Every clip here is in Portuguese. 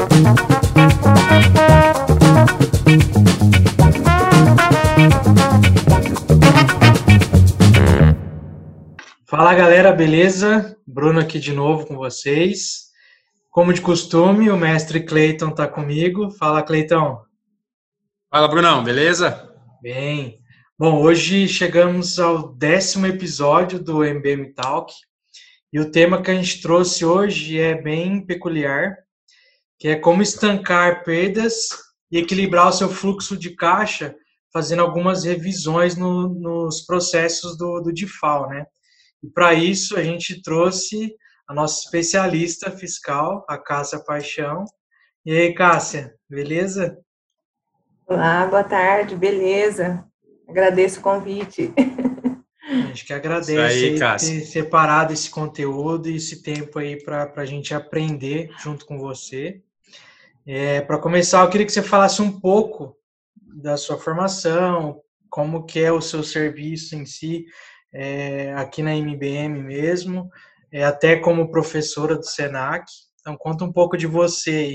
Fala galera, beleza? Bruno aqui de novo com vocês. Como de costume, o mestre Cleiton está comigo. Fala, Cleiton. Fala, Brunão, beleza? Bem. Bom, hoje chegamos ao 10º episódio do MBM Talk e o tema que a gente trouxe hoje é bem peculiar, que é como estancar perdas e equilibrar o seu fluxo de caixa, fazendo algumas revisões nos processos do DIFAL, né? E para isso a gente trouxe a nossa especialista fiscal, a Cássia Paixão. E aí, Cássia, beleza? Olá, boa tarde, beleza? Agradeço o convite. A gente que agradece aí, ter separado esse conteúdo e esse tempo aí para a gente aprender junto com você. Para começar, eu queria que você falasse um pouco da sua formação, como que é o seu serviço em si, aqui na MBM mesmo, até como professora do Senac. Então, conta um pouco de você aí.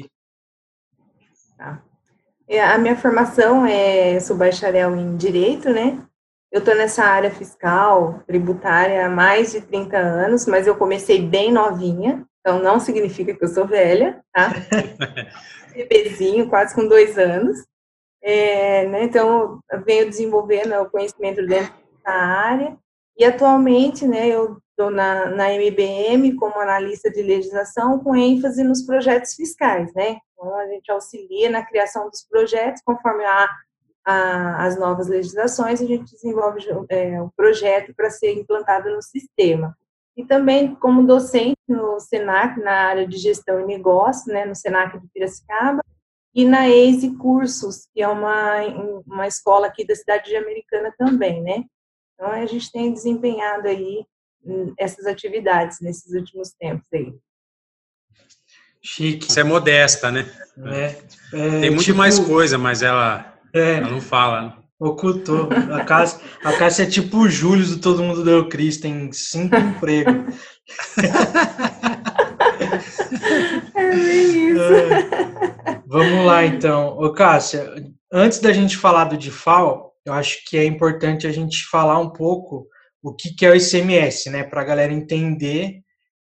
Tá. A minha formação sou bacharel em Direito, né? Eu estou nessa área fiscal, tributária há mais de 30 anos, mas eu comecei bem novinha, então não significa que eu sou velha, tá? Bebezinho, quase com 2 anos. Né? Então, eu venho desenvolvendo o conhecimento dentro da área, e atualmente, né, eu estou na MBM como analista de legislação, com ênfase nos projetos fiscais, né? Então, a gente auxilia na criação dos projetos, conforme as novas legislações, a gente desenvolve um projeto para ser implantado no sistema. E também como docente no Senac, na área de gestão e negócio, né, no Senac de Piracicaba, e na EISE Cursos, que é uma escola aqui da cidade de Americana também, né? Então, a gente tem desempenhado aí essas atividades nesses últimos tempos aí. Chique. Você é modesta, né? Tem muito mais coisa, mas ela não fala. Né? Ocultou. A Cássia é tipo o Júlio do Todo Mundo Deu Cris, tem 5 empregos. É bem isso. Vamos lá, então. Ô, Cássia, antes da gente falar do DIFAL, eu acho que é importante a gente falar um pouco o que é o ICMS, né? Para a galera entender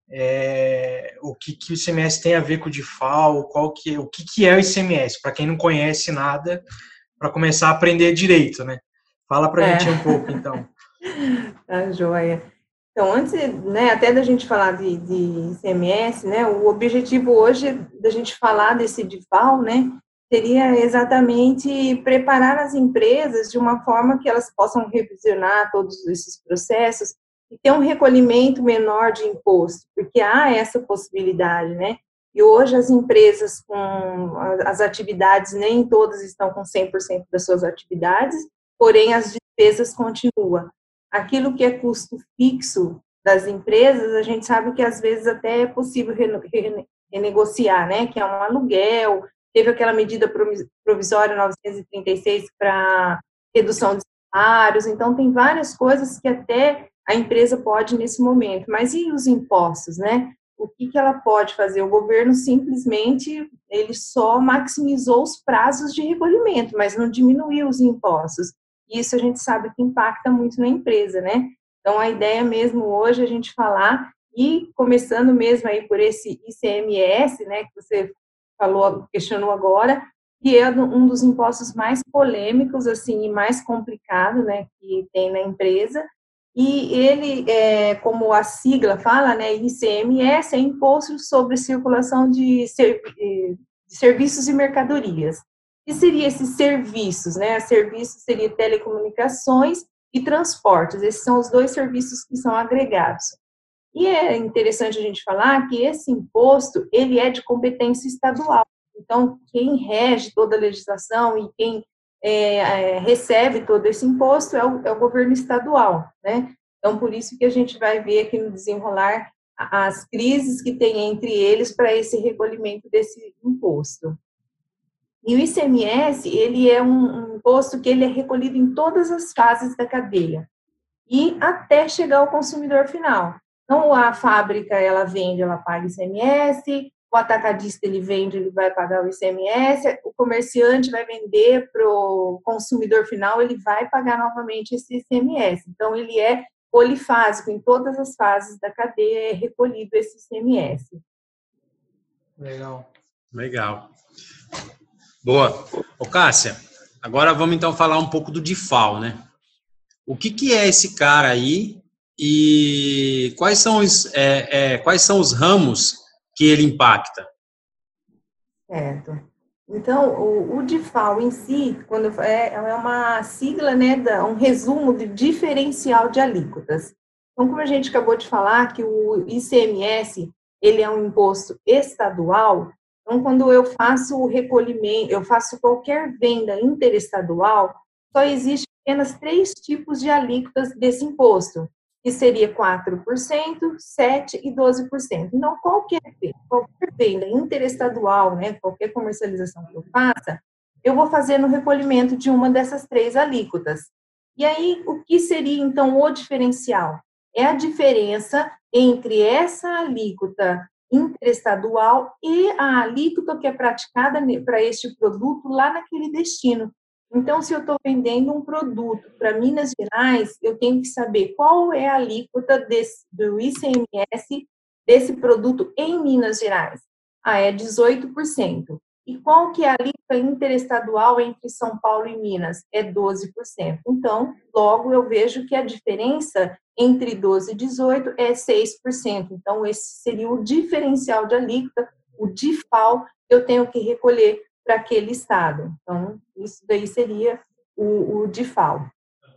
o que o ICMS tem a ver com o DIFAL, o que é o ICMS, para quem não conhece nada, para começar a aprender direito, né? Fala para a gente um pouco, então. Tá joia. Então, antes, né, até da gente falar de ICMS, né, o objetivo hoje da gente falar desse DIFAL, né, seria exatamente preparar as empresas de uma forma que elas possam revisionar todos esses processos e ter um recolhimento menor de imposto, porque há essa possibilidade, né, e hoje as empresas com as atividades, nem todas estão com 100% das suas atividades, porém as despesas continuam. Aquilo que é custo fixo das empresas, a gente sabe que às vezes até é possível renegociar, né, que é um aluguel, teve aquela medida provisória 936 para redução de salários, então tem várias coisas que até a empresa pode nesse momento, mas e os impostos, né? O que ela pode fazer? O governo simplesmente, ele só maximizou os prazos de recolhimento, mas não diminuiu os impostos. Isso a gente sabe que impacta muito na empresa, né? Então, a ideia mesmo hoje é a gente falar, e começando mesmo aí por esse ICMS, né, que você falou, questionou agora, que é um dos impostos mais polêmicos, assim, e mais complicado, né, que tem na empresa, e ele, como a sigla fala, né, ICMS é Imposto sobre Circulação de Serviços e Mercadorias. O que seria esses serviços, né? Serviços seria telecomunicações e transportes. Esses são os 2 serviços que são agregados. E é interessante a gente falar que esse imposto, ele é de competência estadual. Então, quem rege toda a legislação e quem recebe todo esse imposto é o governo estadual, né? Então, por isso que a gente vai ver aqui no desenrolar as crises que tem entre eles para esse recolhimento desse imposto. E o ICMS, ele é um imposto que ele é recolhido em todas as fases da cadeia e até chegar ao consumidor final. Então, a fábrica, ela vende, ela paga ICMS, o atacadista ele vende, ele vai pagar o ICMS, o comerciante vai vender para o consumidor final, ele vai pagar novamente esse ICMS. Então, ele é polifásico, em todas as fases da cadeia é recolhido esse ICMS. Legal. Legal. Boa. Ô, Cássia, agora vamos então falar um pouco do DIFAL, né? O que é esse cara aí e quais são os ramos que ele impacta? Certo. Então, o DIFAL em si, quando é uma sigla, né, um resumo de diferencial de alíquotas. Então, como a gente acabou de falar, que o ICMS, ele é um imposto estadual, então, quando eu faço o recolhimento, eu faço qualquer venda interestadual, só existe apenas 3 tipos de alíquotas desse imposto, que seria 4%, 7% e 12%. Então, qualquer venda interestadual, né, qualquer comercialização que eu faça, eu vou fazer no recolhimento de uma dessas 3 alíquotas. E aí, o que seria, então, o diferencial? É a diferença entre essa alíquota interestadual e a alíquota que é praticada para este produto lá naquele destino. Então, se eu estou vendendo um produto para Minas Gerais, eu tenho que saber qual é a alíquota do ICMS desse produto em Minas Gerais. É 18%. E qual que é a alíquota interestadual entre São Paulo e Minas? É 12%. Então, logo eu vejo que a diferença entre 12 e 18 é 6%. Então, esse seria o diferencial de alíquota, o DIFAL, que eu tenho que recolher para aquele estado. Então, isso daí seria o DIFAL.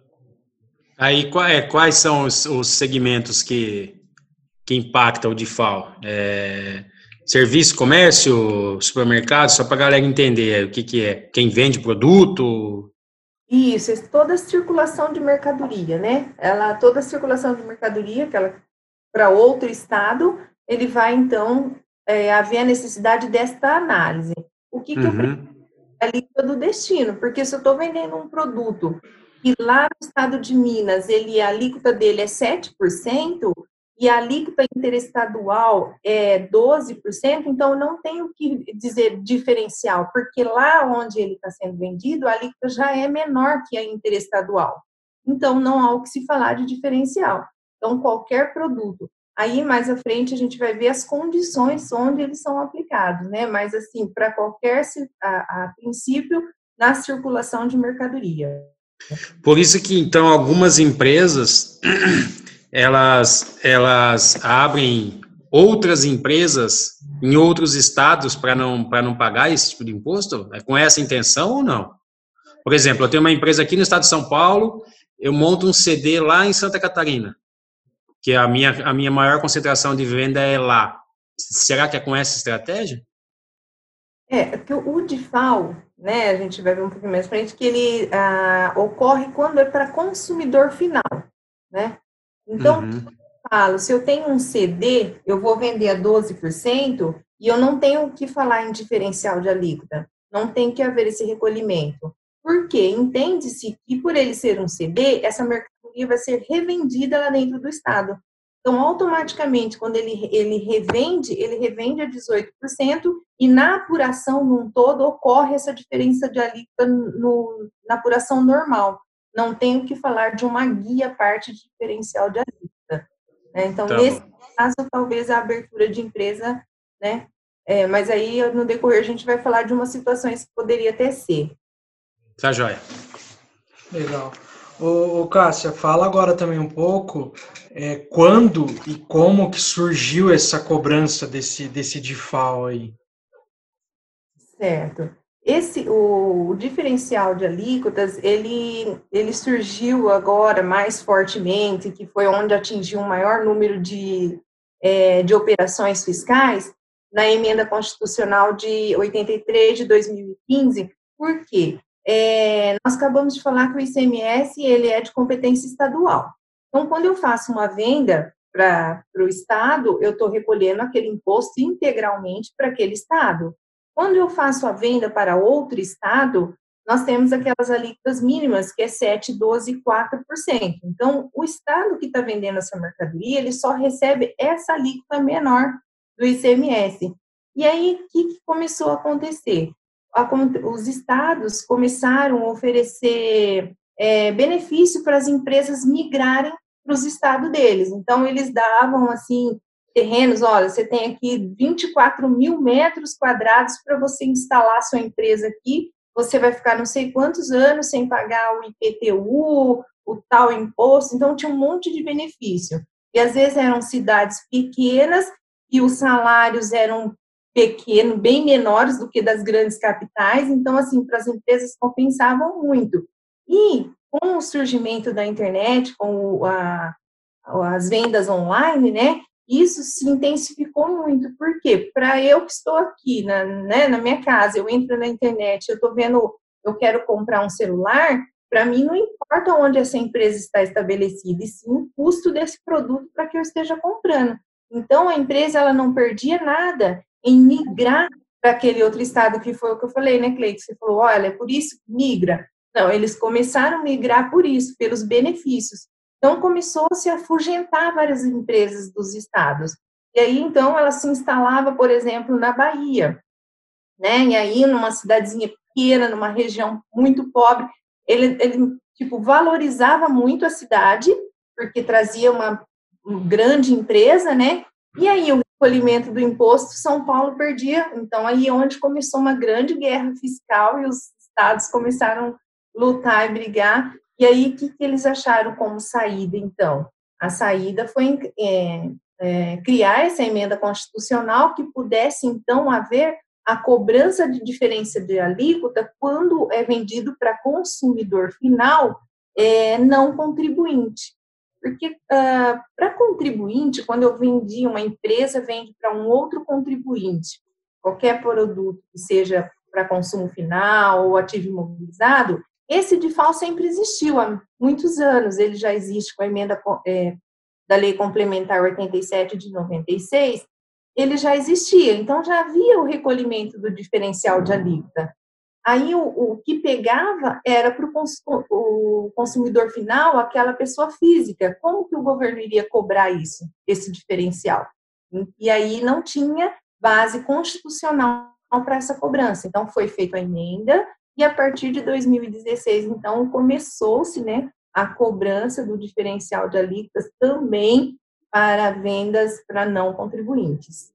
Aí, quais são os segmentos que impactam o DIFAL? Serviço, comércio, supermercado, só para a galera entender o que é. Quem vende produto? Isso, toda a circulação de mercadoria, né? Toda a circulação de mercadoria, para outro estado, ele vai, então, haver a necessidade desta análise. O que eu preciso? A alíquota do destino, porque se eu estou vendendo um produto e lá no estado de Minas, a alíquota dele é 7%, e a alíquota interestadual é 12%, então eu não tenho que dizer diferencial, porque lá onde ele está sendo vendido, a alíquota já é menor que a interestadual. Então, não há o que se falar de diferencial. Então, qualquer produto. Aí, mais à frente, a gente vai ver as condições onde eles são aplicados, né? Mas, assim, para a princípio, na circulação de mercadoria. Por isso que, então, algumas empresas, elas abrem outras empresas em outros estados para não pagar esse tipo de imposto? É com essa intenção ou não? Por exemplo, eu tenho uma empresa aqui no estado de São Paulo, eu monto um CD lá em Santa Catarina, que a minha maior concentração de venda é lá. Será que é com essa estratégia? Porque o DIFAL, né, a gente vai ver um pouquinho mais pra frente, que ele ocorre quando é para consumidor final, né? Então, se eu tenho um CD, eu vou vender a 12% e eu não tenho que falar em diferencial de alíquota, não tem que haver esse recolhimento. Por quê? Entende-se que por ele ser um CD, essa mercadoria vai ser revendida lá dentro do estado. Então, automaticamente, quando ele revende a 18%, e na apuração num todo ocorre essa diferença de alíquota na apuração normal. Não tenho que falar de uma guia parte de diferencial de alíquota. Né? Então, nesse caso, talvez a abertura de empresa, né? Mas aí, no decorrer, a gente vai falar de umas situações que poderia até ser. Tá joia. Legal. Ô Cássia, fala agora também um pouco quando e como que surgiu essa cobrança desse DIFAL aí. Certo. O diferencial de alíquotas, ele surgiu agora mais fortemente, que foi onde atingiu um maior número de operações fiscais, na emenda constitucional de 83 de 2015. Por quê? Nós acabamos de falar que o ICMS ele é de competência estadual. Então, quando eu faço uma venda para o estado, eu estou recolhendo aquele imposto integralmente para aquele estado. Quando eu faço a venda para outro estado, nós temos aquelas alíquotas mínimas, que é 7%, 12% e 4%. Então, o estado que está vendendo essa mercadoria, ele só recebe essa alíquota menor do ICMS. E aí, o que começou a acontecer? Os estados começaram a oferecer benefício para as empresas migrarem para os estados deles. Então, eles davam, assim, terrenos, olha, você tem aqui 24 mil metros quadrados para você instalar sua empresa aqui, você vai ficar não sei quantos anos sem pagar o IPTU, o tal imposto, então tinha um monte de benefício. E às vezes eram cidades pequenas e os salários eram pequenos, bem menores do que das grandes capitais, então, assim, para as empresas compensavam muito. E com o surgimento da internet, com as vendas online, né, isso se intensificou muito. Por quê? Para eu que estou aqui, na minha casa, eu entro na internet, eu estou vendo, eu quero comprar um celular, para mim não importa onde essa empresa está estabelecida, e sim o custo desse produto para que eu esteja comprando. Então, a empresa ela não perdia nada em migrar para aquele outro estado, que foi o que eu falei, né, Cleide? Você falou, olha, é por isso que migra. Não, eles começaram a migrar por isso, pelos benefícios. Então, começou a se afugentar várias empresas dos estados. E aí, então, ela se instalava, por exemplo, na Bahia, né? E aí, numa cidadezinha pequena, numa região muito pobre, ele tipo, valorizava muito a cidade, porque trazia uma grande empresa, né? E aí, o recolhimento do imposto, São Paulo perdia. Então, aí é onde começou uma grande guerra fiscal e os estados começaram a lutar e brigar. E aí, o que eles acharam como saída, então? A saída foi criar essa emenda constitucional que pudesse, então, haver a cobrança de diferença de alíquota quando é vendido para consumidor final não contribuinte. Porque para contribuinte, quando eu vendi, uma empresa vende para um outro contribuinte, qualquer produto que seja para consumo final ou ativo imobilizado, esse DIFAL sempre existiu há muitos anos, ele já existe com a emenda da Lei Complementar 87 de 96, ele já existia, então já havia o recolhimento do diferencial de alíquota. Aí o que pegava era para o consumidor final, aquela pessoa física. Como que o governo iria cobrar isso, esse diferencial? E aí não tinha base constitucional para essa cobrança. Então foi feita a emenda e a partir de 2016, então, começou-se, né, a cobrança do diferencial de alíquotas também para vendas para não contribuintes.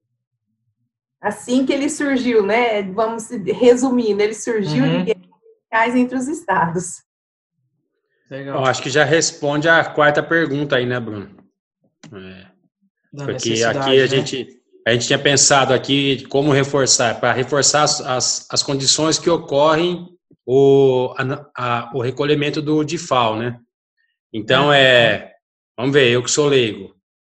Assim que ele surgiu, né? Vamos resumindo, ele surgiu de guerras fiscais entre os estados. Legal. Eu acho que já responde a quarta pergunta aí, né, Bruno? Porque aqui a gente tinha pensado aqui como reforçar, para reforçar as condições que ocorrem o recolhimento do DIFAL, né? Então, vamos ver, eu que sou leigo,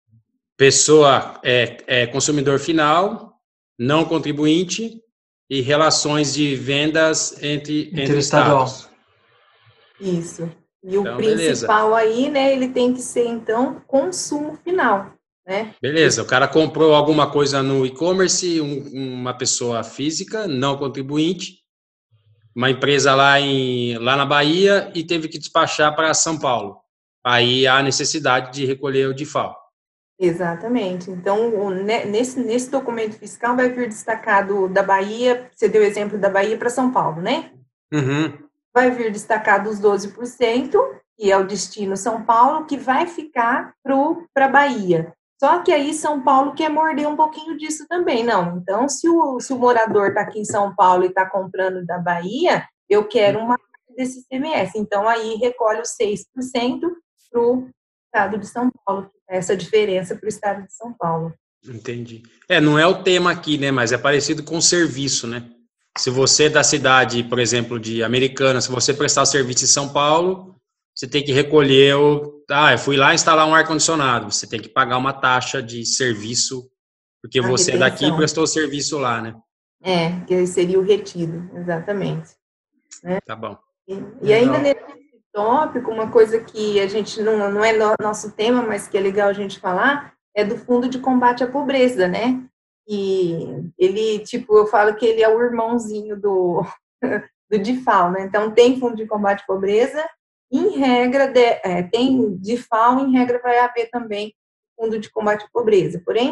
pessoa consumidor final, não contribuinte e relações de vendas entre estados. Isso. E então, o principal aí, né, ele tem que ser, então, consumo final, né? Beleza, o cara comprou alguma coisa no e-commerce, uma pessoa física, não contribuinte, uma empresa lá na Bahia e teve que despachar para São Paulo. Aí há necessidade de recolher o DIFAL. Exatamente. Então, nesse documento fiscal vai vir destacado da Bahia, você deu o exemplo da Bahia para São Paulo, né? Uhum. Vai vir destacado os 12%, que é o destino São Paulo, que vai ficar para a Bahia. Só que aí São Paulo quer morder um pouquinho disso também, não. Então, se o morador está aqui em São Paulo e está comprando da Bahia, eu quero uma parte desse ICMS. Então, aí recolhe os 6% para o estado de São Paulo, essa diferença para o estado de São Paulo. Entendi. Não é o tema aqui, né? Mas é parecido com o serviço, né? Se você é da cidade, por exemplo, de Americana, se você prestar o serviço em São Paulo, você tem que recolher eu fui lá instalar um ar-condicionado, você tem que pagar uma taxa de serviço, porque você é daqui e prestou o serviço lá, né? Que seria o retido, exatamente. Né? Tá bom. E ainda nesse tópico, uma coisa que a gente não é nosso tema, mas que é legal a gente falar, é do Fundo de Combate à Pobreza, né? E ele, eu falo que ele é o irmãozinho do DIFAL, né? Então, tem Fundo de Combate à Pobreza, em regra, tem DIFAL, em regra vai haver também Fundo de Combate à Pobreza. Porém,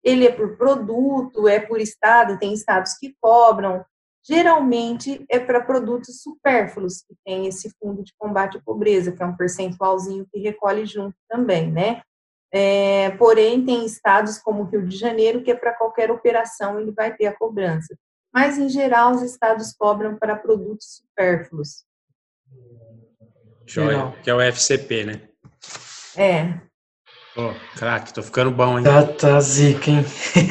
ele é por produto, é por estado, tem estados que cobram. Geralmente é para produtos supérfluos, que tem esse fundo de combate à pobreza, que é um percentualzinho que recolhe junto também, né? Porém, tem estados como o Rio de Janeiro, que é para qualquer operação ele vai ter a cobrança. Mas, em geral, os estados cobram para produtos supérfluos. Joia, que é o FCP, né? Craque, tô ficando bom, hein? Tá zica, hein?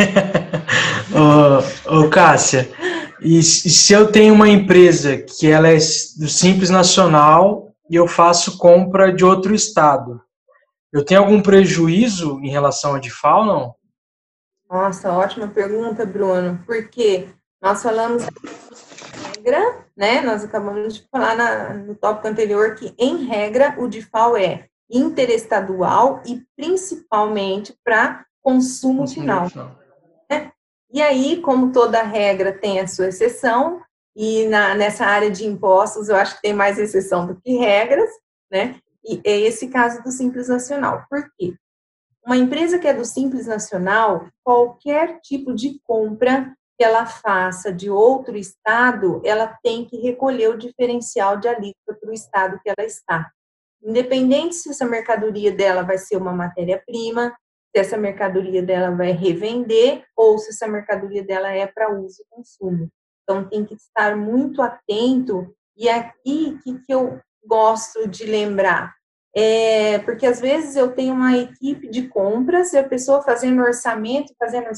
Cássia, e se eu tenho uma empresa que ela é do Simples Nacional e eu faço compra de outro estado, eu tenho algum prejuízo em relação a DIFAL, não? Nossa, ótima pergunta, Bruno, porque nós falamos da regra, né? Nós acabamos de falar no tópico anterior que, em regra, o DIFAL é interestadual e principalmente para consumo final. Né? E aí, como toda regra tem a sua exceção, e nessa área de impostos eu acho que tem mais exceção do que regras, né? E é esse caso do Simples Nacional. Por quê? Uma empresa que é do Simples Nacional, qualquer tipo de compra que ela faça de outro estado, ela tem que recolher o diferencial de alíquota para o estado que ela está. Independente se essa mercadoria dela vai ser uma matéria-prima, se essa mercadoria dela vai revender ou se essa mercadoria dela é para uso e consumo. Então, tem que estar muito atento. E aqui, o que eu gosto de lembrar? Porque às vezes eu tenho uma equipe de compras e a pessoa fazendo orçamento,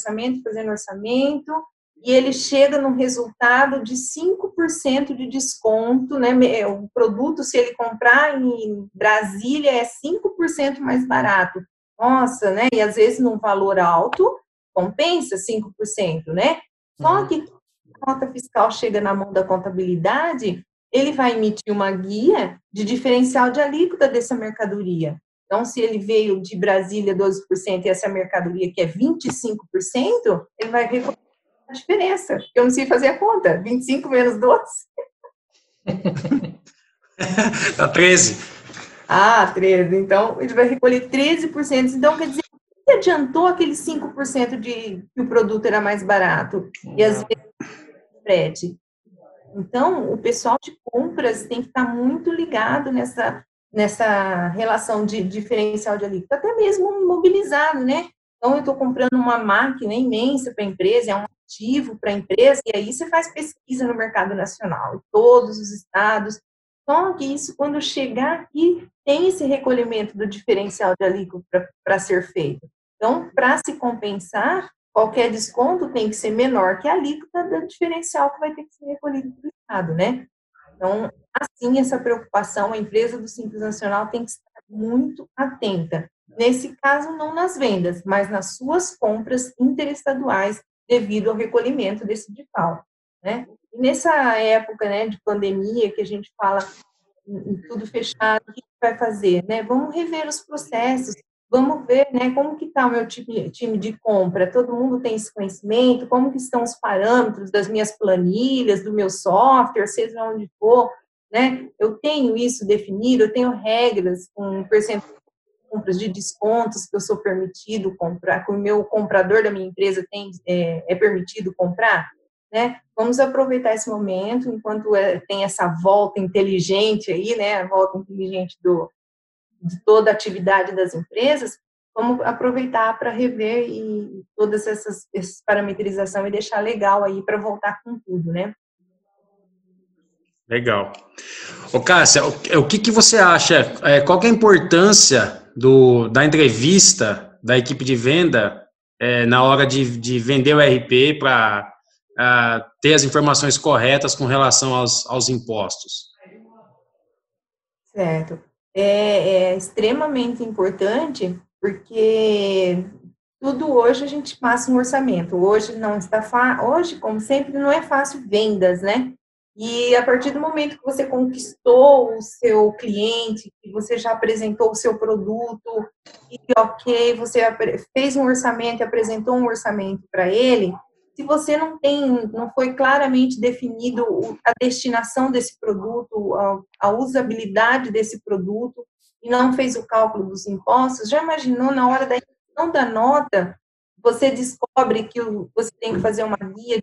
e ele chega num resultado de 5% de desconto, né? O produto, se ele comprar em Brasília, é 5% mais barato. Nossa, né? E às vezes num valor alto, compensa 5%, né? Só que a nota fiscal chega na mão da contabilidade, ele vai emitir uma guia de diferencial de alíquota dessa mercadoria. Então, se ele veio de Brasília 12% e essa mercadoria que é 25%, ele vai recolher a diferença. Eu não sei fazer a conta. 25 menos 12. Tá 13. 13. Então, ele vai recolher 13%. Então, quer dizer, que adiantou aquele 5% de que o produto era mais barato? E às vezes, frete. Então, o pessoal de compras tem que estar muito ligado nessa relação de diferencial de alíquota, até mesmo mobilizado, né? Então, eu estou comprando uma máquina imensa para a empresa, é um ativo para a empresa, e aí você faz pesquisa no mercado nacional, em todos os estados. Só que isso, quando chegar aqui, tem esse recolhimento do diferencial de alíquota para ser feito. Então, para se compensar, qualquer desconto tem que ser menor que a alíquota do diferencial que vai ter que ser recolhido do Estado, né? Então, assim, essa preocupação, a empresa do Simples Nacional tem que estar muito atenta. Nesse caso, não nas vendas, mas nas suas compras interestaduais devido ao recolhimento desse DIFAL, né? E nessa época, né, de pandemia, que a gente fala em tudo fechado, o que vai fazer, né? Vamos rever os processos, vamos ver, né, como que está o meu time de compra, todo mundo tem esse conhecimento, como que estão os parâmetros das minhas planilhas, do meu software, seja onde for, né? Eu tenho isso definido, eu tenho regras com percentual de compras de descontos que eu sou permitido comprar, que o meu comprador da minha empresa é permitido comprar, né? Vamos aproveitar esse momento, enquanto tem essa volta inteligente aí, né? A volta inteligente de toda a atividade das empresas, vamos aproveitar para rever e todas essas parametrização e deixar legal aí para voltar com tudo, né? Legal. Ô, Cássia, o que você acha? Qual que é a importância da entrevista da equipe de venda na hora de vender o RP para ter as informações corretas com relação aos impostos? Certo. É extremamente importante porque tudo hoje a gente passa um orçamento. Hoje não está hoje, como sempre, não é fácil vendas, né? E a partir do momento que você conquistou o seu cliente, que você já apresentou o seu produto, e ok, você fez um orçamento, apresentou um orçamento para ele, se você não foi claramente definido a destinação desse produto, a usabilidade desse produto, e não fez o cálculo dos impostos, já imaginou na hora da emissão da nota, você descobre que você tem que fazer uma guia de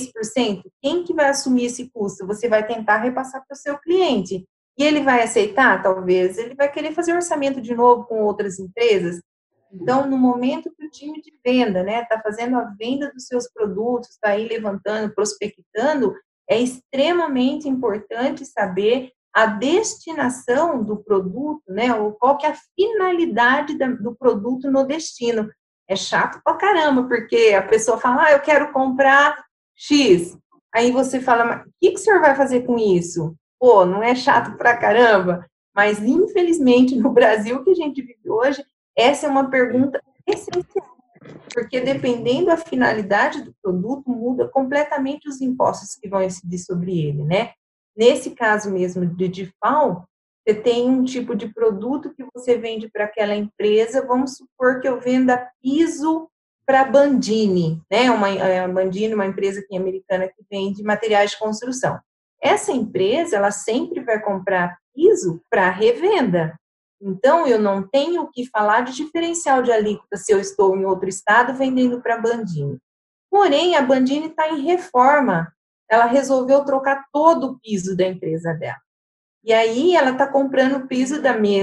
6%, quem que vai assumir esse custo? Você vai tentar repassar para o seu cliente. E ele vai aceitar, talvez? Ele vai querer fazer orçamento de novo com outras empresas? Então, no momento que o time de venda, né, está fazendo a venda dos seus produtos, está aí levantando, prospectando, é extremamente importante saber a destinação do produto, né, ou qual que é a finalidade do produto no destino. É chato pra caramba, porque a pessoa fala, eu quero comprar X. Aí você fala, mas o que o senhor vai fazer com isso? Pô, não é chato pra caramba? Mas, infelizmente, no Brasil que a gente vive hoje, essa é uma pergunta essencial, porque dependendo da finalidade do produto, muda completamente os impostos que vão incidir sobre ele, né? Nesse caso mesmo de DIFAL, você tem um tipo de produto que você vende para aquela empresa, vamos supor que eu venda piso para a Bandini, né? A Bandini, uma empresa aqui americana que vende materiais de construção. Essa empresa, ela sempre vai comprar piso para revenda. Então, eu não tenho que falar de diferencial de alíquota se eu estou em outro estado vendendo para a Bandini. Porém, a Bandini está em reforma. Ela resolveu trocar todo o piso da empresa dela. E aí, ela está comprando o piso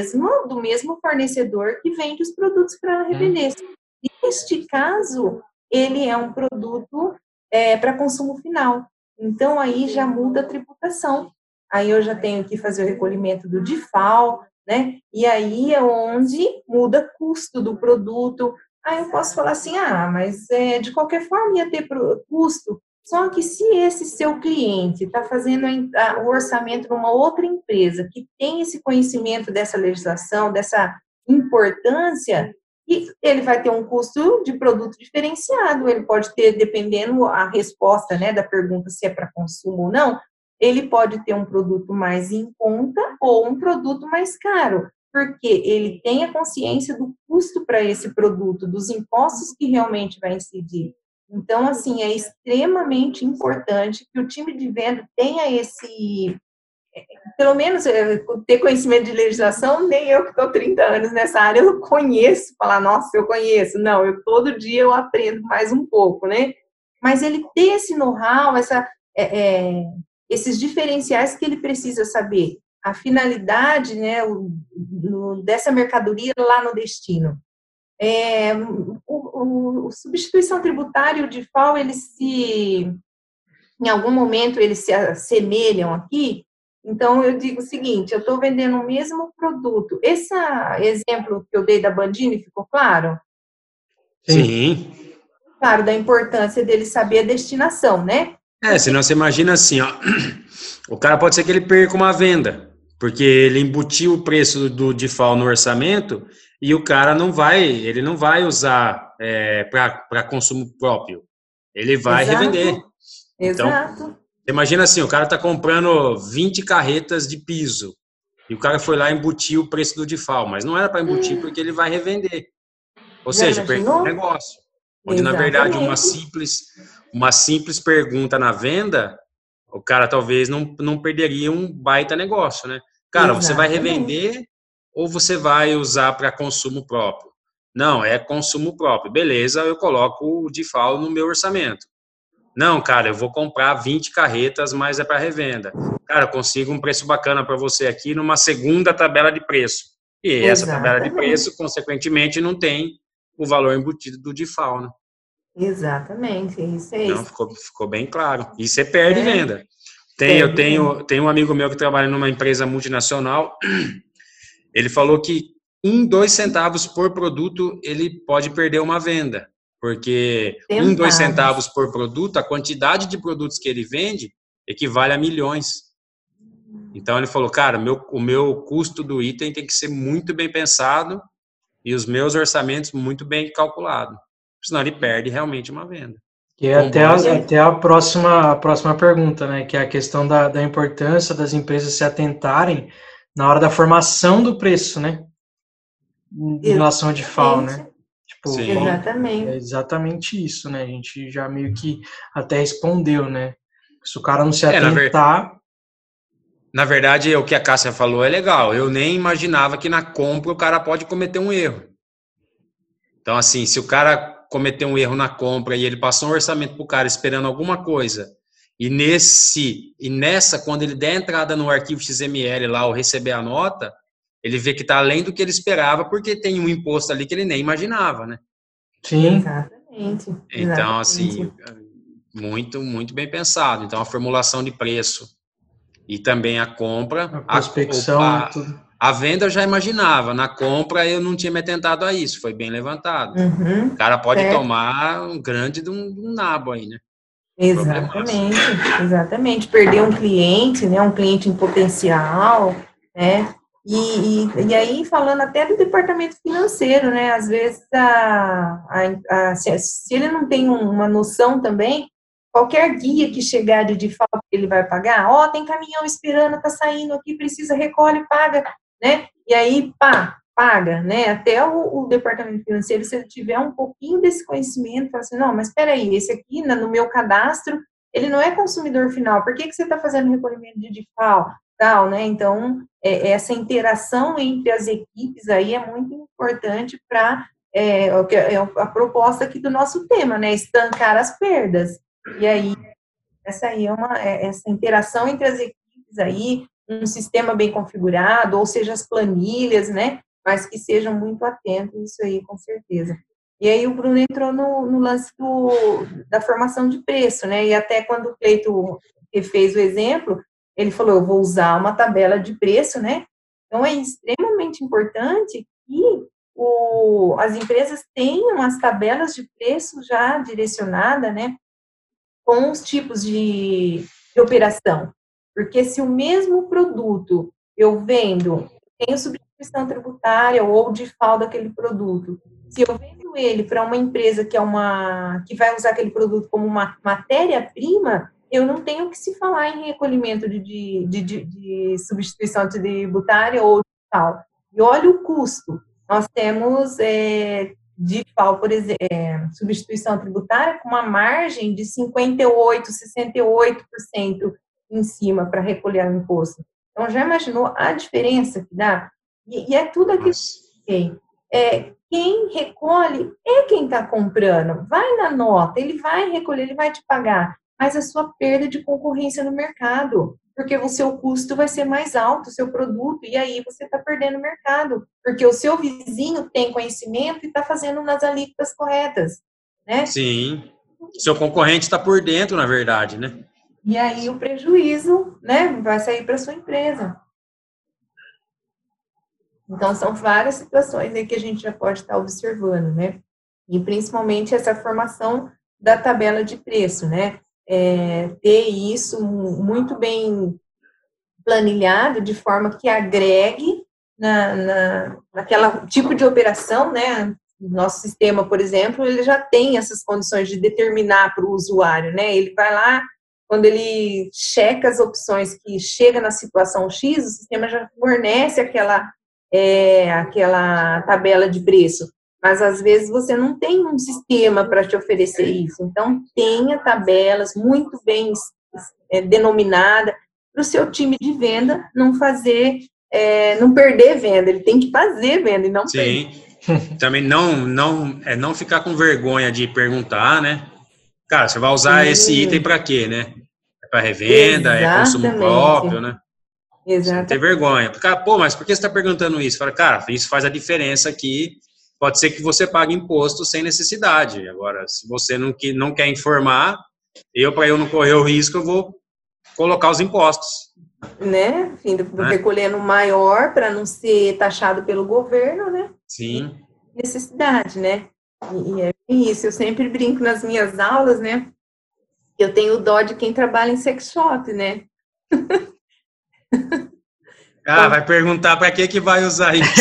do mesmo fornecedor que vende os produtos para ela revender. Neste caso, ele é um produto para consumo final. Então, aí já muda a tributação. Aí eu já tenho que fazer o recolhimento do DIFAL, né? E aí é onde muda o custo do produto. Aí eu posso falar assim, mas de qualquer forma ia ter custo. Só que se esse seu cliente está fazendo o orçamento numa outra empresa que tem esse conhecimento dessa legislação, dessa importância, e ele vai ter um custo de produto diferenciado. Ele pode ter, dependendo a resposta, né, da pergunta se é para consumo ou não, ele pode ter um produto mais em conta ou um produto mais caro, porque ele tem a consciência do custo para esse produto, dos impostos que realmente vai incidir. Então, assim, é extremamente importante que o time de venda tenha pelo menos, ter conhecimento de legislação, nem eu que estou 30 anos nessa área, eu conheço, falar, nossa, eu conheço. Não, todo dia eu aprendo mais um pouco, né? Mas ele ter esse know-how, esses diferenciais que ele precisa saber, a finalidade, né, dessa mercadoria lá no destino. O substituição tributária e o DIFAL, em algum momento, eles se assemelham aqui. Então, eu digo o seguinte, eu estou vendendo o mesmo produto. Esse exemplo que eu dei da Bandini, ficou claro? Sim. Claro, da importância dele saber a destinação, né? Senão você imagina assim, o cara pode ser que ele perca uma venda, porque ele embutiu o preço do DIFAL no orçamento e o cara não vai usar para consumo próprio. Ele vai revender. Então, Exato. Imagina assim, o cara está comprando 20 carretas de piso e o cara foi lá e embutiu o preço do DIFAL, mas não era para embutir porque ele vai revender. Ou seja, perdeu o negócio. Onde, na verdade, uma simples pergunta na venda, o cara talvez não perderia um baita negócio, né? Cara, Você vai revender ou você vai usar para consumo próprio? Não, é consumo próprio. Beleza, eu coloco o DIFAL no meu orçamento. Não, cara, eu vou comprar 20 carretas, mas é para revenda. Cara, eu consigo um preço bacana para você aqui numa segunda tabela de preço. E essa tabela de preço, consequentemente, não tem o valor embutido do DIFAL, né? Exatamente, isso é isso. Não, ficou bem claro. E você perde venda. Eu tenho um amigo meu que trabalha numa empresa multinacional, ele falou que 2 centavos por produto ele pode perder uma venda. Porque 2 centavos por produto, a quantidade de produtos que ele vende equivale a milhões. Então ele falou, cara, o meu custo do item tem que ser muito bem pensado e os meus orçamentos muito bem calculados. Senão ele perde realmente uma venda. E até a próxima pergunta, né? Que é a questão da importância das empresas se atentarem na hora da formação do preço, né? Em relação ao DIFAL, né? Exatamente. É exatamente isso, né? A gente já meio que até respondeu, né? Se o cara não se atentar... Na verdade, o que a Cássia falou é legal. Eu nem imaginava que na compra o cara pode cometer um erro. Então, assim, se o cara cometeu um erro na compra e ele passou um orçamento para o cara esperando alguma coisa, e nessa, quando ele der a entrada no arquivo XML lá, ou receber a nota, ele vê que está além do que ele esperava, porque tem um imposto ali que ele nem imaginava, né? Sim. Exatamente. Então, assim, muito, muito bem pensado. Então, a formulação de preço e também a compra, A prospecção, tudo. A venda eu já imaginava, na compra eu não tinha me atentado a isso, foi bem levantado. O cara pode tomar um grande de um nabo aí, né? Exatamente, exatamente. Perder um cliente, né? Um cliente em potencial, né? E aí, falando até do departamento financeiro, né? Às vezes, se ele não tem uma noção também, qualquer guia que chegar de default ele vai pagar, tem caminhão esperando, tá saindo aqui, precisa, recolhe, paga, né? E aí, paga, né? Até o departamento financeiro, se ele tiver um pouquinho desse conhecimento, fala assim, não, mas espera aí, esse aqui, no meu cadastro, ele não é consumidor final, por que você está fazendo recolhimento de default? Tal, né? Então, essa interação entre as equipes aí é muito importante para a proposta aqui do nosso tema, né? Estancar as perdas. E aí, essa interação entre as equipes aí, um sistema bem configurado, ou seja, as planilhas, né? Mas que sejam muito atentos, isso aí, com certeza. E aí, o Bruno entrou no lance da formação de preço, né? E até quando o Cleito fez o exemplo, ele falou, eu vou usar uma tabela de preço, né? Então, é extremamente importante que as empresas tenham as tabelas de preço já direcionadas, né? Com os tipos de operação. Porque se o mesmo produto eu vendo, tenho substituição tributária ou default daquele produto, se eu vendo ele para uma empresa que vai usar aquele produto como uma matéria-prima, eu não tenho que se falar em recolhimento de substituição tributária ou default. E olha o custo. Nós temos default, por exemplo, substituição tributária com uma margem de 58%, 68% em cima para recolher o imposto. Então, já imaginou a diferença que dá? E é tudo aquilo que tem. Quem recolhe é quem está comprando. Vai na nota, ele vai recolher, ele vai te pagar. Mas a sua perda de concorrência no mercado, porque o seu custo vai ser mais alto, o seu produto, e aí você está perdendo o mercado, porque o seu vizinho tem conhecimento e está fazendo nas alíquotas corretas, né? Sim, seu concorrente está por dentro, na verdade, né? E aí o prejuízo, né, vai sair para sua empresa. Então, são várias situações aí que a gente já pode estar observando, né? E principalmente essa formação da tabela de preço, né? Ter isso muito bem planilhado, de forma que agregue naquela tipo de operação, né? Nosso sistema, por exemplo, ele já tem essas condições de determinar para o usuário, né? Ele vai lá, quando ele checa as opções que chega na situação X, o sistema já fornece aquela tabela de preço. Mas, às vezes, você não tem um sistema para te oferecer isso. Então, tenha tabelas muito bem denominadas para o seu time de venda não perder venda. Ele tem que fazer venda e não perder. Sim. Também não ficar com vergonha de perguntar, né? Cara, você vai usar esse item para quê, né? É para revenda, é consumo próprio, né? Exato. Não ter vergonha. Cara, mas por que você está perguntando isso? Fala, cara, isso faz a diferença aqui. Pode ser que você pague imposto sem necessidade. Agora, se você não quer informar, para eu não correr o risco, eu vou colocar os impostos. Né? Recolhendo maior para não ser taxado pelo governo, né? Sim. E necessidade, né? E é isso. Eu sempre brinco nas minhas aulas, né? Eu tenho dó de quem trabalha em sex shop, né? Vai perguntar para que vai usar isso.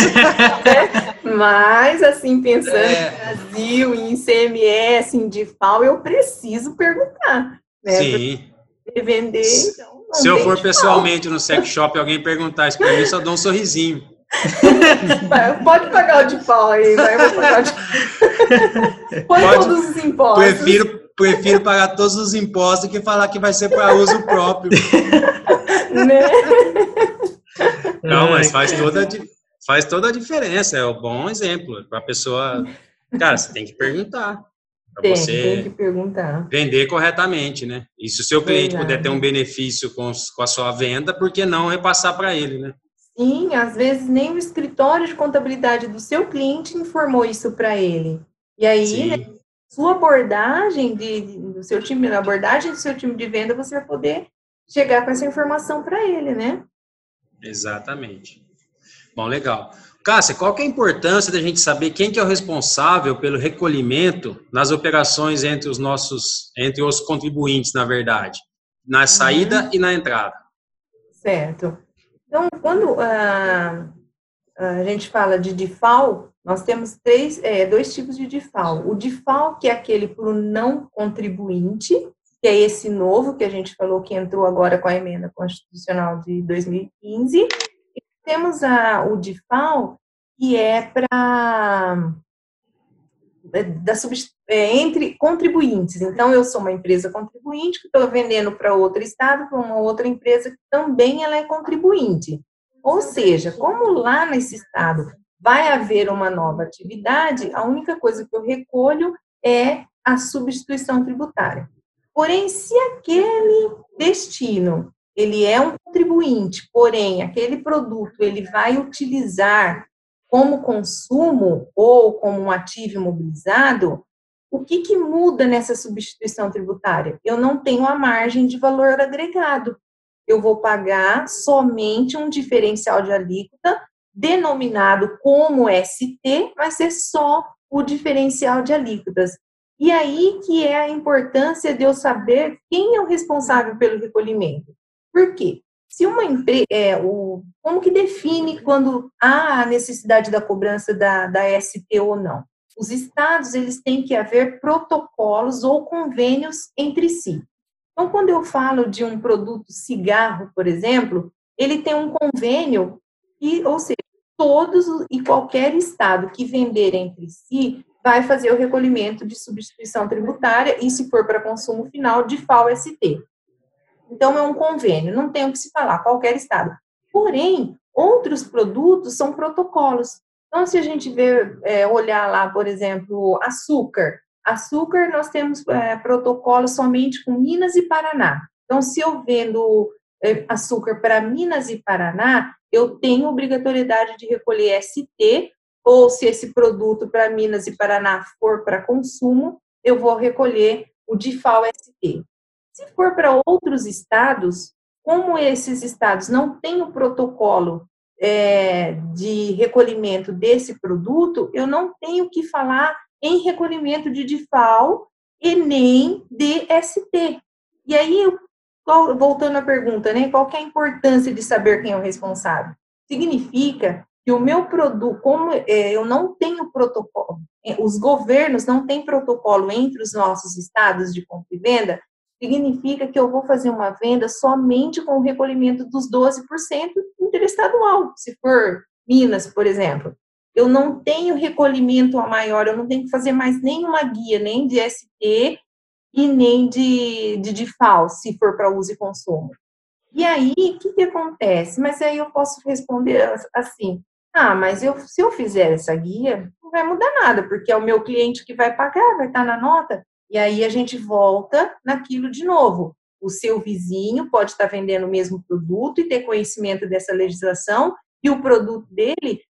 Mas, assim, pensando no Brasil, em ICMS, em DIFAL, eu preciso perguntar. Né? Sim. Para vender, então, se eu for pessoalmente no sex shop e alguém perguntar isso para mim, eu só dou um sorrisinho. Pode pagar o DIFAL aí, vai, eu vou pagar o DIFAL. Põe todos os impostos. Prefiro pagar todos os impostos do que falar que vai ser para uso próprio. Né? Não, mas faz toda a diferença. É um bom exemplo para a pessoa. Cara, você tem que perguntar. Para Tem que você perguntar. vender corretamente, né? E se o seu cliente Verdade. puder ter um benefício com a sua venda, por que não repassar para ele, né? Sim, às vezes nem o escritório de contabilidade do seu cliente informou isso para ele. E aí, né, Sim, sua abordagem do seu time, na abordagem do seu time de venda, você vai poder chegar com essa informação para ele, né? exatamente. Bom, legal. Cássia, qual que é a importância da gente saber quem que é o responsável pelo recolhimento nas operações entre os contribuintes, na verdade, na saída e na entrada? Certo. Então, quando a gente fala de DIFAL, nós temos dois tipos de DIFAL. O DIFAL, que é aquele para o não contribuinte, que é esse novo que a gente falou que entrou agora com a emenda constitucional de 2015. E temos o DIFAL, que é para entre contribuintes. Então, eu sou uma empresa contribuinte que estou vendendo para outro estado, para uma outra empresa que também ela é contribuinte. Ou seja, como lá nesse estado vai haver uma nova atividade, a única coisa que eu recolho é a substituição tributária. Porém, se aquele destino ele é um contribuinte, porém aquele produto ele vai utilizar como consumo ou como um ativo imobilizado, o que muda nessa substituição tributária? Eu não tenho a margem de valor agregado. Eu vou pagar somente um diferencial de alíquota denominado como ST, vai ser só o diferencial de alíquotas. E aí que é a importância de eu saber quem é o responsável pelo recolhimento. Por quê? Se uma empresa, como que define quando há a necessidade da cobrança da ST ou não? Os estados, eles têm que haver protocolos ou convênios entre si. Então, quando eu falo de um produto cigarro, por exemplo, ele tem um convênio, ou seja, todos e qualquer estado que vender entre si vai fazer o recolhimento de substituição tributária e, se for para consumo final, de FAO-ST. Então, é um convênio, não tem o que se falar, qualquer estado. Porém, outros produtos são protocolos. Então, se a gente olhar lá, por exemplo, açúcar. Açúcar, nós temos protocolo somente com Minas e Paraná. Então, se eu vendo açúcar para Minas e Paraná, eu tenho obrigatoriedade de recolher ST, ou se esse produto para Minas e Paraná for para consumo, eu vou recolher o DIFAL-ST. Se for para outros estados, como esses estados não têm o protocolo de recolhimento desse produto, eu não tenho que falar em recolhimento de DIFAL e nem DST. E aí, voltando à pergunta, né, qual que é a importância de saber quem é o responsável? Significa que o meu produto, como eu não tenho protocolo, os governos não têm protocolo entre os nossos estados de compra e venda, significa que eu vou fazer uma venda somente com o recolhimento dos 12% interestadual, se for Minas, por exemplo. Eu não tenho recolhimento a maior, eu não tenho que fazer mais nenhuma guia, nem de ST e nem de FAO, se for para uso e consumo. E aí, o que acontece? Mas aí eu posso responder assim, mas se eu fizer essa guia, não vai mudar nada, porque é o meu cliente que vai pagar, vai estar na nota. E aí a gente volta naquilo de novo. O seu vizinho pode estar vendendo o mesmo produto e ter conhecimento dessa legislação, e o produto dele,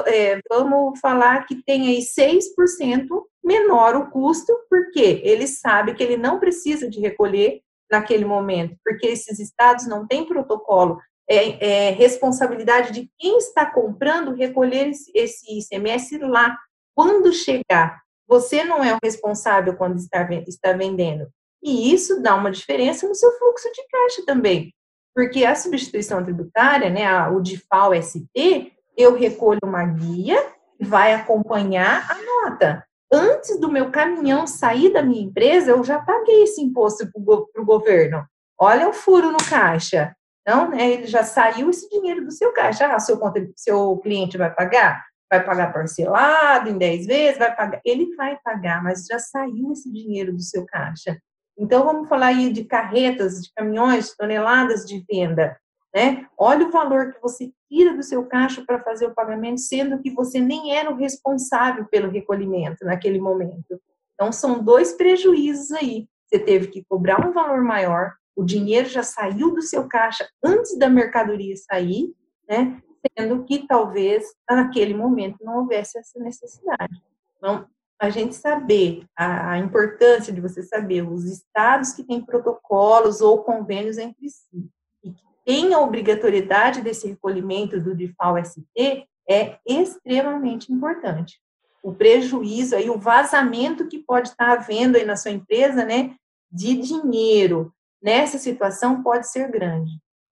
vamos falar que tem aí 6% menor o custo, porque ele sabe que ele não precisa de recolher naquele momento, porque esses estados não têm protocolo. É responsabilidade de quem está comprando recolher esse ICMS lá. Quando chegar, você não é o responsável quando está vendendo. E isso dá uma diferença no seu fluxo de caixa também. Porque a substituição tributária, né, o DIFAL-ST, eu recolho uma guia que vai acompanhar a nota. Antes do meu caminhão sair da minha empresa, eu já paguei esse imposto para o governo. Olha o furo no caixa. Então, né, ele já saiu esse dinheiro do seu caixa. Seu cliente vai pagar? Vai pagar parcelado, em 10 vezes, vai pagar. Ele vai pagar, mas já saiu esse dinheiro do seu caixa. Então, vamos falar aí de carretas, de caminhões, toneladas de venda, né? Olha o valor que você tira do seu caixa para fazer o pagamento, sendo que você nem era o responsável pelo recolhimento naquele momento. Então, são 2 prejuízos aí. Você teve que cobrar um valor maior, o dinheiro já saiu do seu caixa antes da mercadoria sair, né? Sendo que talvez naquele momento não houvesse essa necessidade. Então, a gente saber a importância de você saber os estados que têm protocolos ou convênios entre si e que tem a obrigatoriedade desse recolhimento do DIFAL-ST é extremamente importante. O prejuízo aí, o vazamento que pode estar havendo aí na sua empresa, né, de dinheiro nessa situação pode ser grande.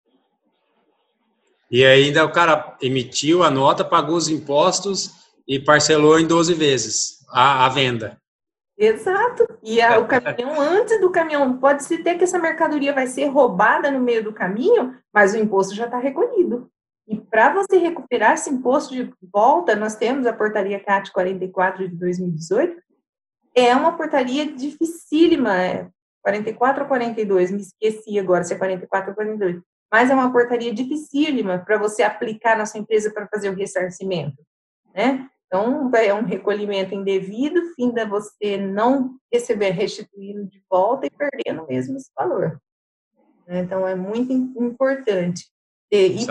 E ainda o cara emitiu a nota, pagou os impostos e parcelou em 12 vezes a venda. Exato. E o caminhão, antes do caminhão, pode-se ter que essa mercadoria vai ser roubada no meio do caminho, mas o imposto já está recolhido. E para você recuperar esse imposto de volta, nós temos a portaria CAT 44 de 2018, é uma portaria dificílima, 44 ou 42, me esqueci agora se é 44 ou 42, mas é uma portaria dificílima para você aplicar na sua empresa para fazer o ressarcimento, né? Então, é um recolhimento indevido, finda você não receber restituído de volta e perdendo mesmo esse valor. Então, é muito importante. E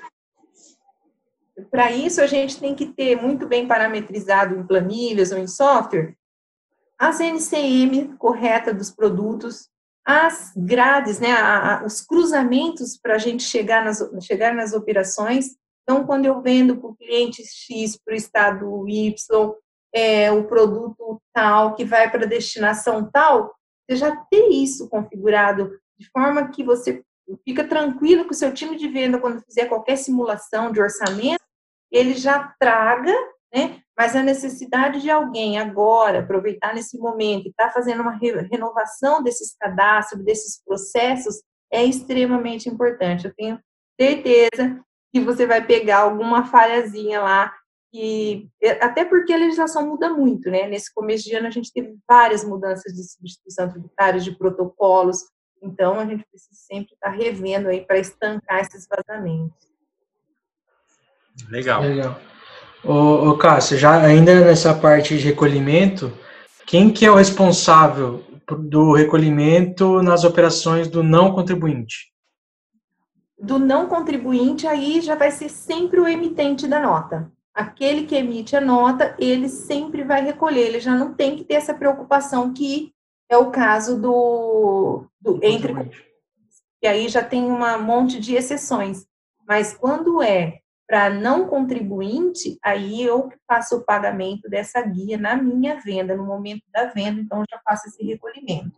para isso, a gente tem que ter muito bem parametrizado em planilhas ou em software as NCM correta dos produtos, as grades, né, os cruzamentos para a gente chegar nas operações. Então, quando eu vendo para o cliente X, para o estado Y, o produto tal, que vai para a destinação tal, você já tem isso configurado, de forma que você fica tranquilo que o seu time de venda, quando fizer qualquer simulação de orçamento, ele já traga, né? Mas a necessidade de alguém agora, aproveitar nesse momento e estar fazendo uma renovação desses cadastros, desses processos, é extremamente importante. Eu tenho certeza que você vai pegar alguma falhazinha lá, até porque a legislação muda muito, né? Nesse começo de ano a gente teve várias mudanças de substituição tributária, de protocolos, então a gente precisa sempre estar revendo aí para estancar esses vazamentos. Legal. Ô Cássio, já ainda nessa parte de recolhimento, quem que é o responsável do recolhimento nas operações do não contribuinte? Do não contribuinte, aí já vai ser sempre o emitente da nota. Aquele que emite a nota, ele sempre vai recolher, ele já não tem que ter essa preocupação, que é o caso do entre, que aí já tem um monte de exceções. Mas quando é para não contribuinte, aí eu faço o pagamento dessa guia na minha venda, no momento da venda, então eu já faço esse recolhimento.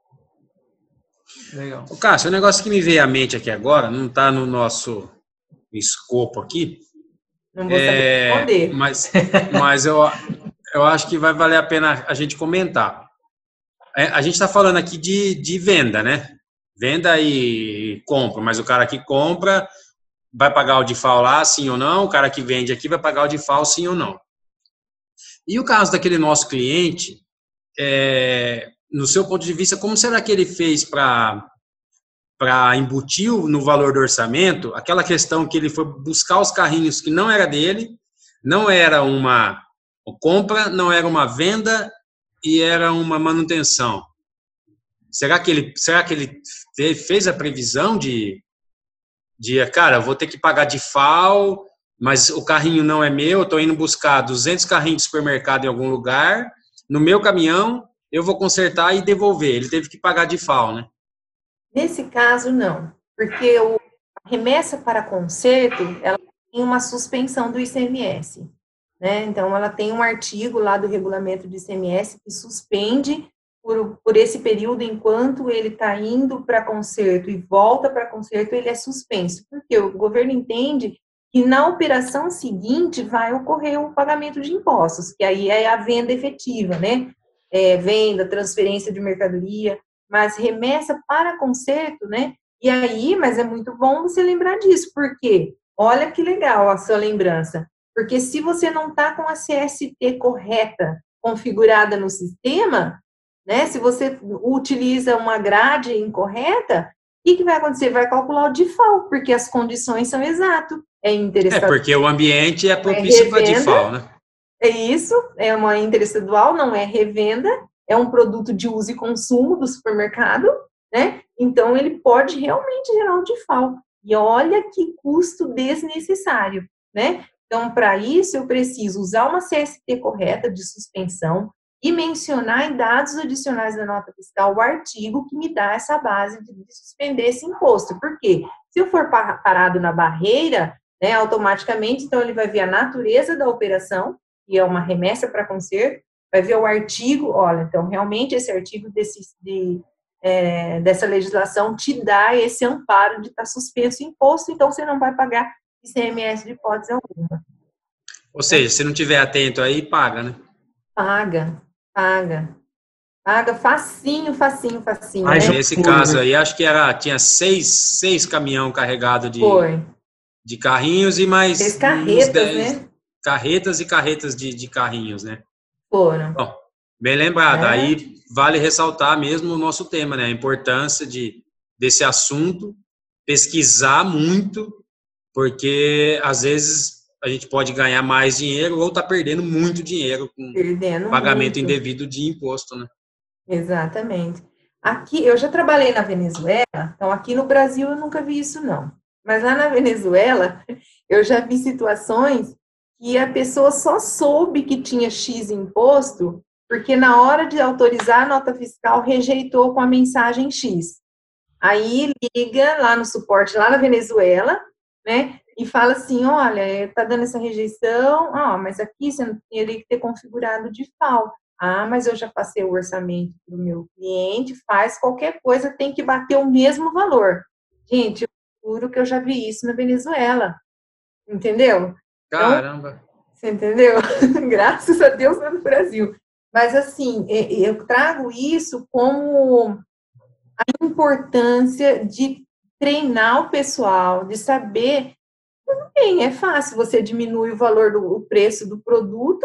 Legal. Cássio, o negócio que me veio à mente aqui agora, não está no nosso escopo aqui. Não vou saber responder. Mas eu acho que vai valer a pena a gente comentar. A gente está falando aqui de venda, né? Venda e compra, mas o cara que compra vai pagar o DIFAL lá, sim ou não? O cara que vende aqui vai pagar o DIFAL, sim ou não? E o caso daquele nosso cliente, no seu ponto de vista, como será que ele fez para embutir no valor do orçamento aquela questão que ele foi buscar os carrinhos que não era dele, não era uma compra, não era uma venda e era uma manutenção? Será que ele fez a previsão de cara, eu vou ter que pagar DIFAL, mas o carrinho não é meu, eu estou indo buscar 200 carrinhos de supermercado em algum lugar, no meu caminhão, eu vou consertar e devolver. Ele teve que pagar DIFAL, né? Nesse caso, não, porque a remessa para conserto, ela tem uma suspensão do ICMS, né? Então, ela tem um artigo lá do regulamento do ICMS que suspende por esse período, enquanto ele está indo para conserto e volta para conserto, ele é suspenso, porque o governo entende que na operação seguinte vai ocorrer o pagamento de impostos, que aí é a venda efetiva, né? Venda, transferência de mercadoria, mas remessa para conserto, né? E aí, mas é muito bom você lembrar disso, porque olha que legal a sua lembrança, porque se você não está com a CST correta, configurada no sistema, né? Se você utiliza uma grade incorreta, o que vai acontecer? Vai calcular o DIFAL, porque as condições são exatas. Porque o ambiente é propício para DIFAL, né? É isso, é uma interestadual, não é revenda, é um produto de uso e consumo do supermercado, né? Então, ele pode realmente gerar um DIFAL. E olha que custo desnecessário, né? Então, para isso, eu preciso usar uma CST correta de suspensão e mencionar em dados adicionais da nota fiscal o artigo que me dá essa base de suspender esse imposto. Por quê? Se eu for parado na barreira, né, automaticamente, então, ele vai ver a natureza da operação, que é uma remessa para conserto, vai ver o artigo, olha, então, realmente, esse artigo dessa legislação te dá esse amparo de estar suspenso o imposto, então você não vai pagar ICMS de hipótese alguma. Ou seja, se não tiver atento aí, paga, né? Paga facinho, Mas né? nesse caso aí, acho que tinha seis caminhão carregado de carrinhos e mais 6 carretas, 10 né? carretas e carretas de carrinhos, né? Foram. Bom, bem lembrado. Aí vale ressaltar mesmo o nosso tema, né? A importância desse assunto, pesquisar muito, porque às vezes a gente pode ganhar mais dinheiro ou tá perdendo muito dinheiro com pagamento muito. indevido de imposto, né? Exatamente. Aqui, eu já trabalhei na Venezuela, então aqui no Brasil eu nunca vi isso, não. Mas lá na Venezuela, eu já vi situações que a pessoa só soube que tinha X imposto porque na hora de autorizar a nota fiscal rejeitou com a mensagem X. Aí liga lá no suporte, lá na Venezuela, né, e fala assim, olha, tá dando essa rejeição, mas aqui você não teria que ter configurado de FAO. Mas eu já passei o orçamento para o meu cliente, faz qualquer coisa, tem que bater o mesmo valor. Gente, eu juro que eu já vi isso na Venezuela, entendeu? Caramba! Então, você entendeu? Graças a Deus não no Brasil. Mas, assim, eu trago isso como a importância de treinar o pessoal, de saber, bem, é fácil, você diminui o valor do preço do produto,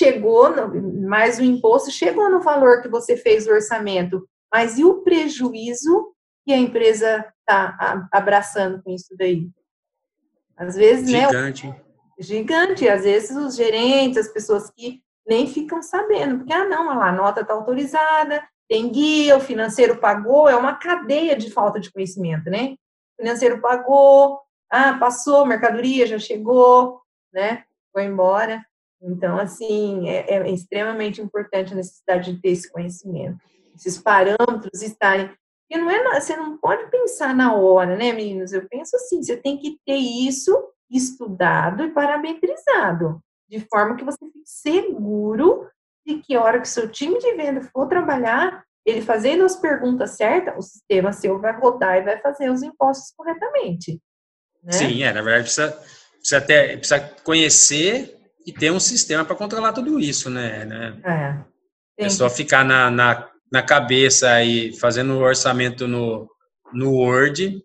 mais o imposto, chegou no valor que você fez o orçamento, mas e o prejuízo que a empresa está abraçando com isso daí? Às vezes, gigante. né? Gigante, às vezes os gerentes, as pessoas que nem ficam sabendo, porque, não, a nota está autorizada, tem guia, o financeiro pagou, é uma cadeia de falta de conhecimento, né? O financeiro pagou, passou, mercadoria já chegou, né? Foi embora. Então, assim, é extremamente importante a necessidade de ter esse conhecimento. Esses parâmetros estarem... Porque você não pode pensar na hora, né, meninos? Eu penso assim, você tem que ter isso estudado e parametrizado, de forma que você fique seguro de que a hora que o seu time de venda for trabalhar, ele fazendo as perguntas certas, o sistema seu vai rodar e vai fazer os impostos corretamente. Né? Sim, na verdade precisa conhecer e ter um sistema para controlar tudo isso, né? A pessoa ficar na cabeça e fazendo o orçamento no Word,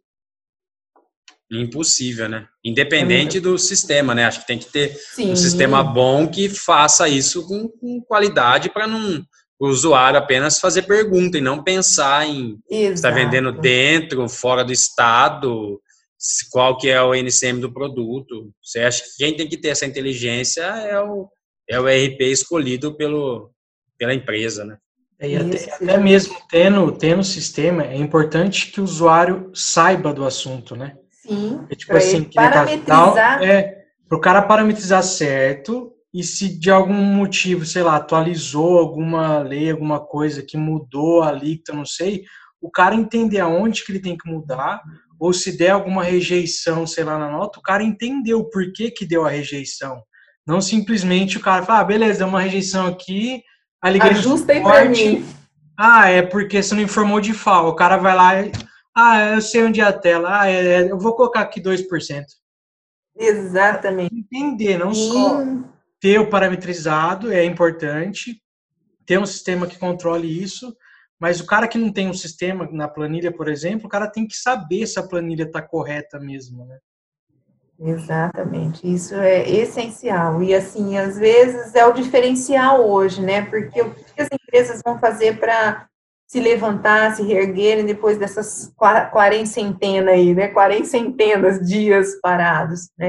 impossível, né? Independente do sistema, né? Acho que tem que ter um sistema bom que faça isso com qualidade para não o usuário apenas fazer pergunta e não pensar em está vendendo dentro, fora do estado, qual que é o NCM do produto. Você acha que quem tem que ter essa inteligência é o RP escolhido pela empresa, né? E até mesmo tendo sistema, é importante que o usuário saiba do assunto, né? Sim, tipo assim, parametrizar. Para o cara parametrizar certo, e se de algum motivo, sei lá, atualizou alguma lei, alguma coisa que mudou a alíquota, não sei, o cara entender aonde que ele tem que mudar, ou se der alguma rejeição, sei lá, na nota, o cara entendeu o porquê que deu a rejeição. Não simplesmente o cara fala, beleza, deu uma rejeição aqui, aí liguei no suporte, é porque você não informou de FAO. O cara vai lá e, eu sei onde é a tela, eu vou colocar aqui 2%. Exatamente. Entender, não só ter o parametrizado é importante, ter um sistema que controle isso, mas o cara que não tem um sistema na planilha, por exemplo, o cara tem que saber se a planilha está correta mesmo, né? Exatamente, isso é essencial. E, assim, às vezes é o diferencial hoje, né? Porque o que as empresas vão fazer para se levantar, se reerguerem depois dessas 40 centenas aí, né? 40 centenas de dias parados, né?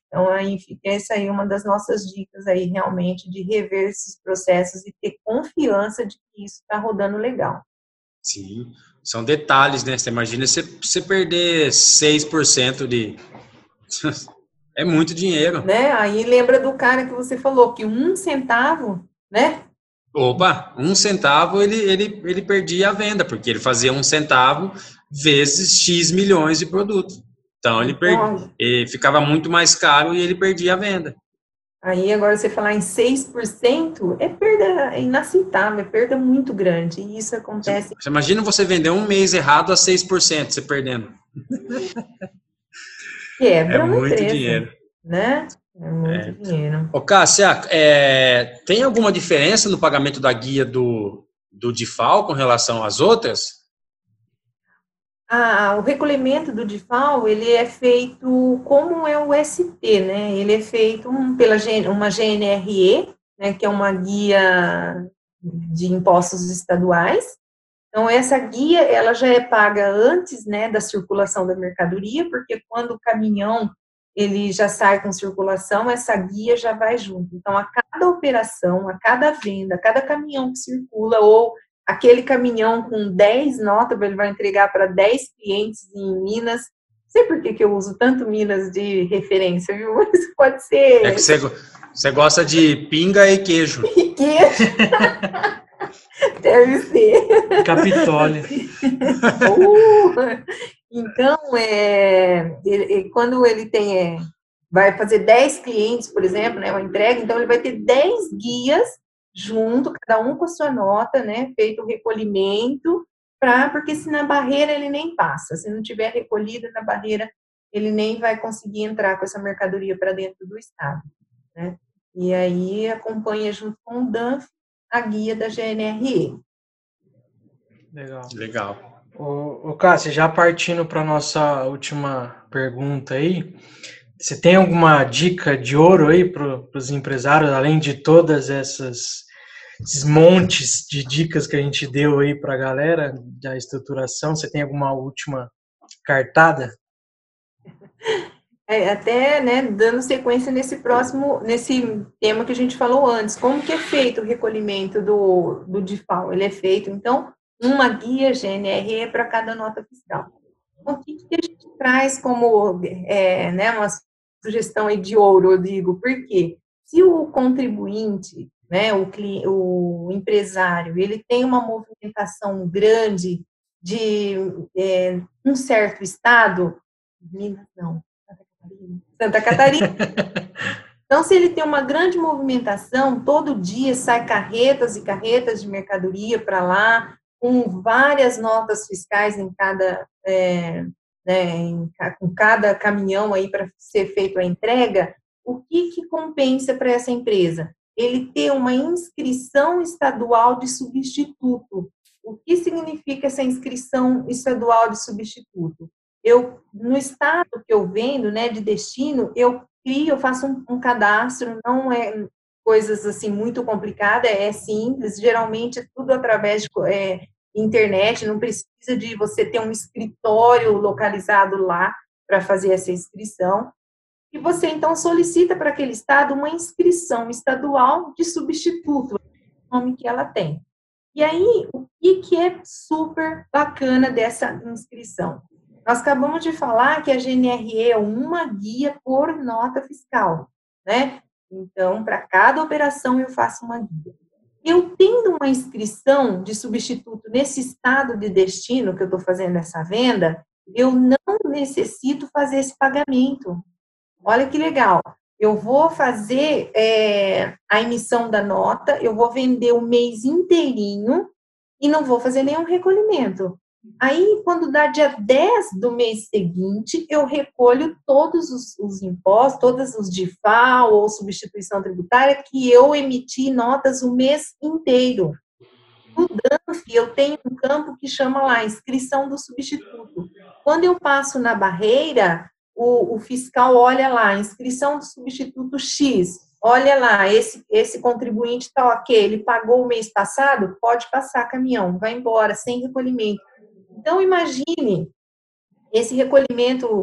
Então, aí fica essa aí uma das nossas dicas aí, realmente, de rever esses processos e ter confiança de que isso está rodando legal. Sim, são detalhes, né? Você imagina você perder 6% de... É muito dinheiro. Né? Aí lembra do cara que você falou, que 1 centavo, né? Opa, 1 centavo ele perdia a venda, porque ele fazia 1 centavo vezes X milhões de produtos. Então, Então, ele ficava muito mais caro e ele perdia a venda. aí agora você falar em 6%, é perda inaceitável, é perda muito grande. E isso acontece. Você imagina você vender um mês errado a 6%, você perdendo. É Quebra uma muito empresa, dinheiro. né? É muito dinheiro. Ô, Cássia, tem alguma diferença no pagamento da guia do DIFAL com relação às outras? O recolhimento do DIFAL, ele é feito como é o ST, né? Ele é feito pela uma GNRE, né, que é uma guia de impostos estaduais. Então, essa guia, ela já é paga antes, né, da circulação da mercadoria, porque quando o caminhão, ele já sai com circulação, essa guia já vai junto. Então, a cada operação, a cada venda, a cada caminhão que circula, ou aquele caminhão com 10 notas, ele vai entregar para 10 clientes em Minas. Não sei por que eu uso tanto Minas de referência, viu? Mas pode ser... É que você gosta de pinga e queijo. E queijo. Deve ser. Capitólio. Então, quando ele vai fazer 10 clientes, por exemplo, né, uma entrega, então ele vai ter 10 guias junto, cada um com a sua nota, né, feito o recolhimento, porque se na barreira ele nem passa, se não tiver recolhido na barreira, ele nem vai conseguir entrar com essa mercadoria para dentro do estado, né, e aí acompanha junto com o DANF a guia da GNRE. Legal. Ô, Cássio, já partindo para nossa última pergunta aí, você tem alguma dica de ouro aí para os empresários, além de todas esses montes de dicas que a gente deu aí para a galera da estruturação? Você tem alguma última cartada? Até, né, dando sequência nesse tema que a gente falou antes, como que é feito o recolhimento do DIFAL? Ele é feito, então, uma guia GNRE para cada nota fiscal. O que a gente traz como, né, uma sugestão aí de ouro, eu digo, porque se o contribuinte, né, o empresário, ele tem uma movimentação grande de um certo estado, Minas não, Santa Catarina. Então, se ele tem uma grande movimentação, todo dia sai carretas e carretas de mercadoria para lá, com várias notas fiscais em cada, com cada caminhão aí para ser feita a entrega, o que compensa para essa empresa? Ele ter uma inscrição estadual de substituto. O que significa essa inscrição estadual de substituto? No estado que eu vendo, né, de destino, eu faço um cadastro, não é coisas assim muito complicadas, é simples, geralmente é tudo através de internet, não precisa de você ter um escritório localizado lá para fazer essa inscrição. E você, então, solicita para aquele estado uma inscrição estadual de substituto, o nome que ela tem. E aí, o que é super bacana dessa inscrição? Nós acabamos de falar que a GNRE é uma guia por nota fiscal, né? Então, para cada operação eu faço uma guia. Eu tendo uma inscrição de substituto nesse estado de destino que eu estou fazendo essa venda, eu não necessito fazer esse pagamento. Olha que legal. Eu vou fazer a emissão da nota, eu vou vender o mês inteirinho e não vou fazer nenhum recolhimento. Aí, quando dá dia 10 do mês seguinte, eu recolho todos os impostos, todos os DIFAL ou substituição tributária que eu emiti notas o mês inteiro. No DANF, eu tenho um campo que chama lá, inscrição do substituto. Quando eu passo na barreira, o fiscal olha lá, inscrição do substituto X, olha lá, esse contribuinte está ok, ele pagou o mês passado, pode passar caminhão, vai embora, sem recolhimento. Então, imagine esse recolhimento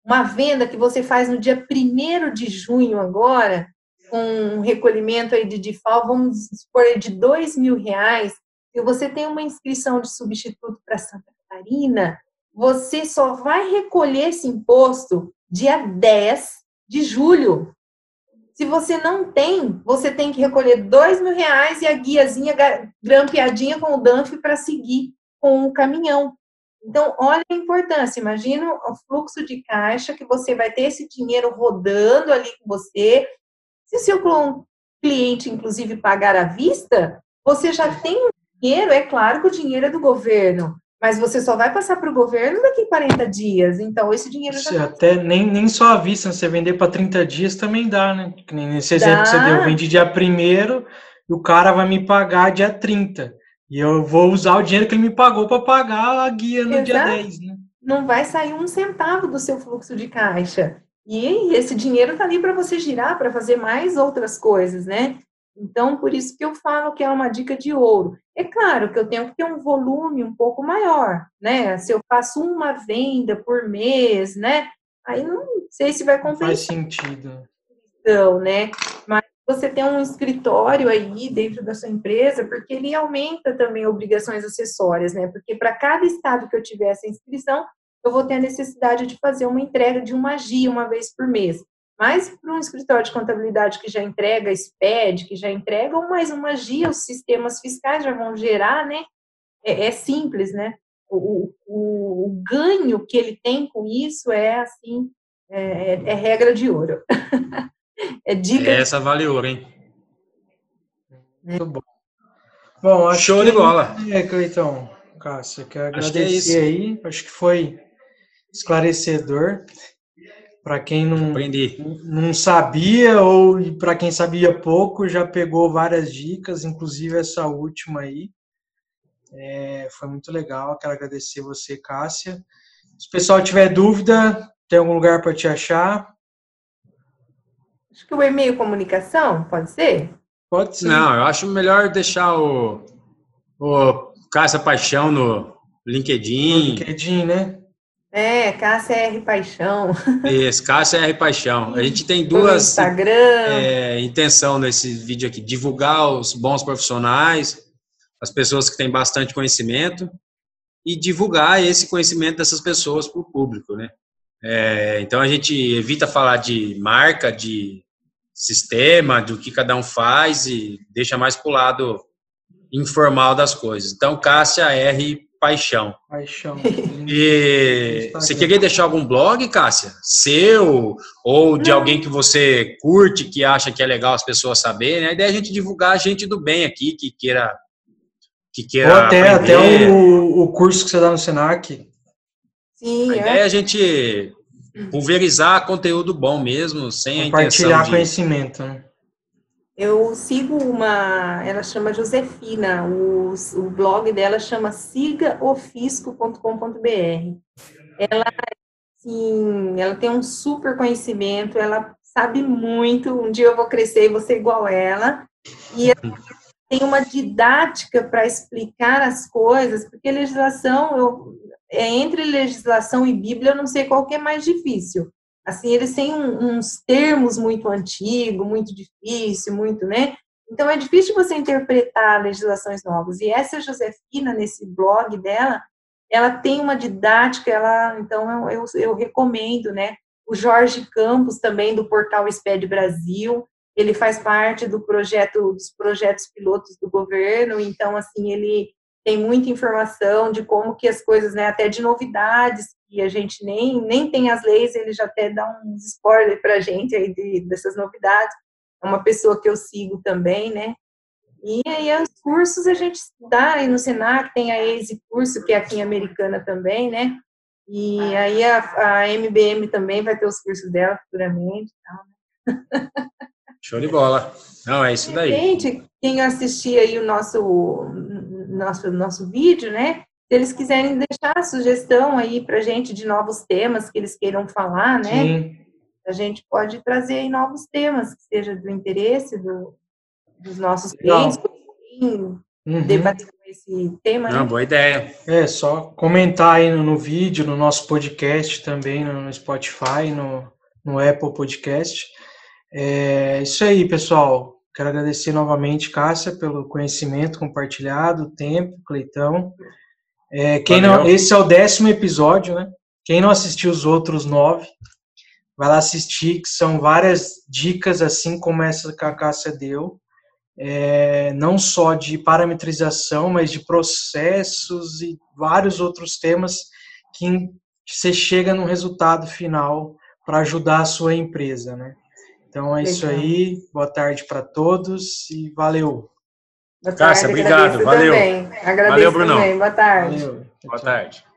uma venda que você faz no dia 1º de junho agora, com um recolhimento aí de DIFAL, vamos supor, de R$ 2.000, e você tem uma inscrição de substituto para Santa Catarina, você só vai recolher esse imposto dia 10 de julho. Se você não tem, você tem que recolher R$ 2.000 e a guiazinha grampeadinha com o DANF para seguir com o caminhão. Então, olha a importância. Imagina o fluxo de caixa que você vai ter esse dinheiro rodando ali com você. Se o seu cliente, inclusive, pagar à vista, você já tem o dinheiro. É claro que o dinheiro é do governo, mas você só vai passar para o governo daqui a 40 dias. Então, esse dinheiro já... Até nem só à vista, você vender para 30 dias também dá, né? Nesse exemplo que você deu, eu vendi dia 1º e o cara vai me pagar dia 30. E eu vou usar o dinheiro que ele me pagou para pagar a guia no dia 10, né? Não vai sair um centavo do seu fluxo de caixa. E esse dinheiro está ali para você girar, para fazer mais outras coisas, né? Então, por isso que eu falo que é uma dica de ouro. É claro que eu tenho que ter um volume um pouco maior, né? Se eu faço uma venda por mês, né? Aí não sei se vai compensar. Faz sentido. Então, né? Mas você tem um escritório aí dentro da sua empresa, porque ele aumenta também obrigações acessórias, né? Porque para cada estado que eu tiver essa inscrição, eu vou ter a necessidade de fazer uma entrega de uma GIA uma vez por mês. Mas para um escritório de contabilidade que já entrega SPED, que já entrega mais uma GIA, os sistemas fiscais já vão gerar, né? É simples, né? O ganho que ele tem com isso é, assim, é regra de ouro. É dica. Essa vale ouro, hein? Muito bom. Bom, acho Show que de bola. Cleitão, Cássio, quero Acho que é isso. agradecer aí. Acho que foi esclarecedor. Para quem não sabia ou para quem sabia pouco, já pegou várias dicas, inclusive essa última aí. Foi muito legal. Quero agradecer você, Cássia. Se o pessoal tiver dúvida, tem algum lugar para te achar? Acho que o e-mail comunicação, pode ser? Pode ser. Não, eu acho melhor deixar o Cássia Paixão no LinkedIn. No LinkedIn, né? Cássia R. Paixão. Isso, Cássia R. Paixão. A gente tem No duas Instagram. intenção nesse vídeo aqui: divulgar os bons profissionais, as pessoas que têm bastante conhecimento, e divulgar esse conhecimento dessas pessoas para o público, né? Então a gente evita falar de marca, de sistema, do que cada um faz e deixa mais para o lado informal das coisas. Então, Cássia R. Paixão. E você queria deixar algum blog, Cássia? Seu ou de alguém que você curte, que acha que é legal as pessoas saberem? A ideia é a gente divulgar a gente do bem aqui, que queira ou até o curso que você dá no Senac. Sim, a ideia é a gente pulverizar conteúdo bom mesmo, sem a intenção de... Compartilhar conhecimento, né? Eu sigo ela chama Josefina, o blog dela chama sigaofisco.com.br. Ela tem um super conhecimento, ela sabe muito, um dia eu vou crescer e vou ser igual a ela, e ela tem uma didática para explicar as coisas, porque legislação, entre legislação e Bíblia, eu não sei qual que é mais difícil. Assim, eles têm uns termos muito antigos, muito difícil, muito, né? Então, é difícil você interpretar legislações novas. E essa Josefina, nesse blog dela, ela tem uma didática, então, eu recomendo, né? O Jorge Campos, também, do portal SPED Brasil, ele faz parte dos projetos pilotos do governo, então, assim, ele tem muita informação de como que as coisas, né, até de novidades, que a gente nem tem as leis, ele já até dá uns spoiler para a gente aí dessas novidades. É uma pessoa que eu sigo também, né? E aí os cursos a gente dá aí no Senac, tem a EASY Curso, que é aqui em Americana também, né? E aí a MBM também vai ter os cursos dela futuramente. Show de bola. Não, é isso daí. Gente, quem assistir aí o nosso vídeo, né? Se eles quiserem deixar a sugestão aí pra gente de novos temas que eles queiram falar, né? Sim. A gente pode trazer aí novos temas que seja do interesse dos nossos clientes. debater esse tema, Não, né? boa ideia. Só comentar aí no vídeo, no nosso podcast também, no Spotify, no Apple Podcast. Isso aí, pessoal. Quero agradecer novamente, Cássia, pelo conhecimento compartilhado, o tempo, Cleitão. Esse é o 10º episódio, né? Quem não assistiu os outros 9, vai lá assistir, que são várias dicas, assim como essa que a Cássia deu. Não só de parametrização, mas de processos e vários outros temas que você chega no resultado final para ajudar a sua empresa, né? Então é isso aí, boa tarde para todos e valeu. Boa tarde, Cássia, obrigado, valeu. Também. Agradeço valeu, Brunão. também, boa tarde. Valeu. Boa tarde.